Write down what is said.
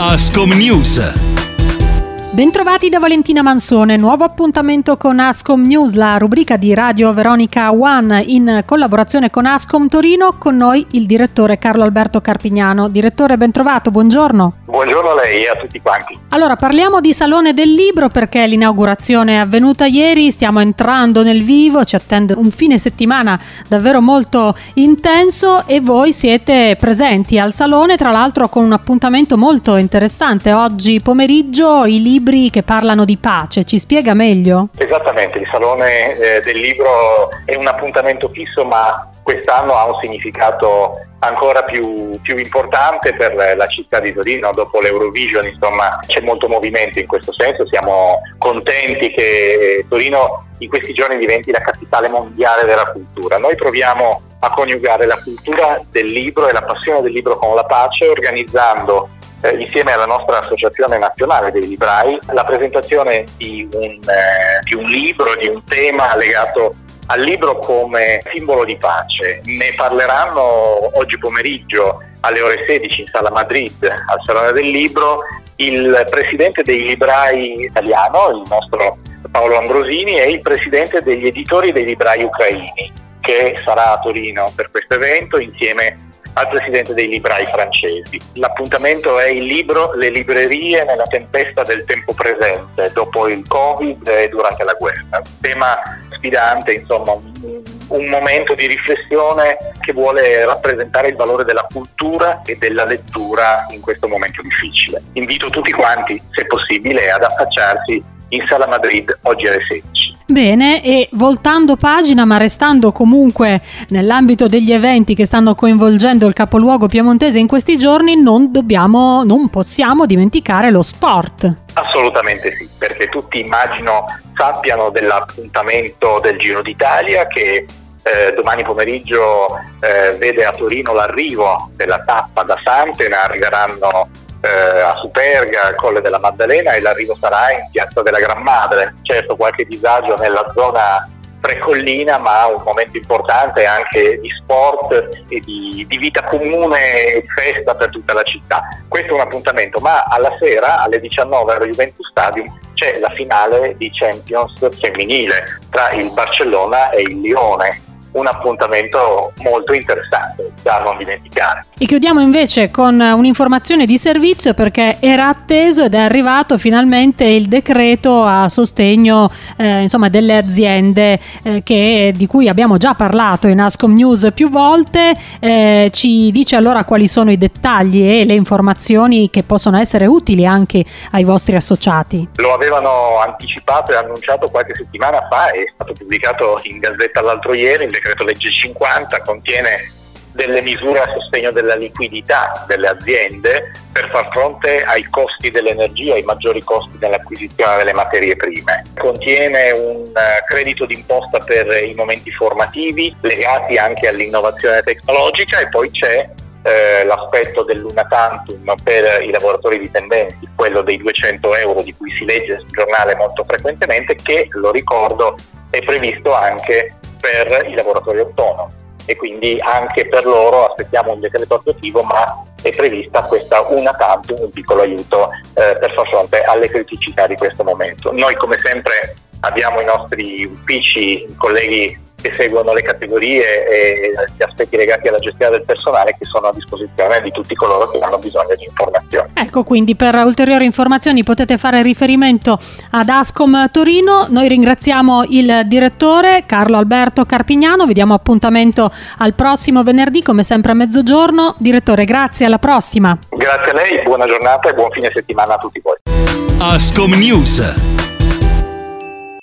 Ascom News. Bentrovati da Valentina Mansone, nuovo appuntamento con Ascom News, la rubrica di Radio Veronica One in collaborazione con Ascom Torino. Con noi il direttore Carlo Alberto Carpignano. Direttore, bentrovato, buongiorno. Buongiorno a lei e a tutti quanti. Allora, parliamo di Salone del Libro perché l'inaugurazione è avvenuta ieri, stiamo entrando nel vivo, ci attende un fine settimana davvero molto intenso e voi siete presenti al Salone, tra l'altro con un appuntamento molto interessante. Oggi pomeriggio i libri che parlano di pace, ci spiega meglio? Esattamente, il Salone del Libro è un appuntamento fisso, ma quest'anno ha un significato ancora più importante per la città di Torino. Dopo l'Eurovision, insomma, c'è molto movimento in questo senso. Siamo contenti che Torino in questi giorni diventi la capitale mondiale della cultura. Noi proviamo a coniugare la cultura del libro e la passione del libro con la pace, organizzando insieme alla nostra associazione nazionale dei librai la presentazione di un libro, di un tema legato al libro come simbolo di pace. Ne parleranno oggi pomeriggio alle ore 16 in Sala Madrid al Salone del Libro il presidente dei librai italiano, il nostro Paolo Ambrosini, e il presidente degli editori dei librai ucraini, che sarà a Torino per questo evento insieme al presidente dei librai francesi. L'appuntamento è il libro, le librerie nella tempesta del tempo presente, dopo il Covid e durante la guerra. Un tema sfidante, insomma, un momento di riflessione che vuole rappresentare il valore della cultura e della lettura in questo momento difficile. Invito tutti quanti, se possibile, ad affacciarsi in Sala Madrid oggi alle 16. Bene, e voltando pagina ma restando comunque nell'ambito degli eventi che stanno coinvolgendo il capoluogo piemontese in questi giorni, non possiamo dimenticare lo sport. Assolutamente sì, perché tutti immagino sappiano dell'appuntamento del Giro d'Italia che domani pomeriggio vede a Torino l'arrivo della tappa da Santena. Arriveranno a Superga, al Colle della Maddalena, e l'arrivo sarà in Piazza della Gran Madre. Certo, qualche disagio nella zona precollina, ma un momento importante anche di sport e di vita comune e festa per tutta la città. Questo è un appuntamento, ma alla sera alle 19 allo Juventus Stadium c'è la finale di Champions femminile tra il Barcellona e il Lione. Un appuntamento molto interessante da non dimenticare. E chiudiamo invece con un'informazione di servizio, perché era atteso ed è arrivato finalmente il decreto a sostegno delle aziende di cui abbiamo già parlato in Ascom News più volte. Ci dice allora quali sono i dettagli e le informazioni che possono essere utili anche ai vostri associati. Lo avevano anticipato e annunciato qualche settimana fa, è stato pubblicato in Gazzetta l'altro ieri. Il decreto legge 50 contiene delle misure a sostegno della liquidità delle aziende per far fronte ai costi dell'energia, ai maggiori costi nell'acquisizione delle materie prime. Contiene un credito d'imposta per i momenti formativi legati anche all'innovazione tecnologica, e poi c'è l'aspetto dell'una tantum per i lavoratori dipendenti, quello dei 200 euro di cui si legge sul giornale molto frequentemente, che, lo ricordo, è previsto anche per i lavoratori autonomi, e quindi anche per loro aspettiamo un decreto attuativo, ma è prevista questa una tantum, un piccolo aiuto per far fronte alle criticità di questo momento. Noi, come sempre, abbiamo i nostri uffici, i colleghi che seguono le categorie e gli aspetti legati alla gestione del personale, che sono a disposizione di tutti coloro che hanno bisogno di informazioni. Ecco, quindi per ulteriori informazioni potete fare riferimento ad Ascom Torino. Noi ringraziamo il direttore Carlo Alberto Carpignano, vi diamo appuntamento al prossimo venerdì, come sempre a mezzogiorno. Direttore, grazie, alla prossima. Grazie a lei, buona giornata e buon fine settimana a tutti voi. Ascom News.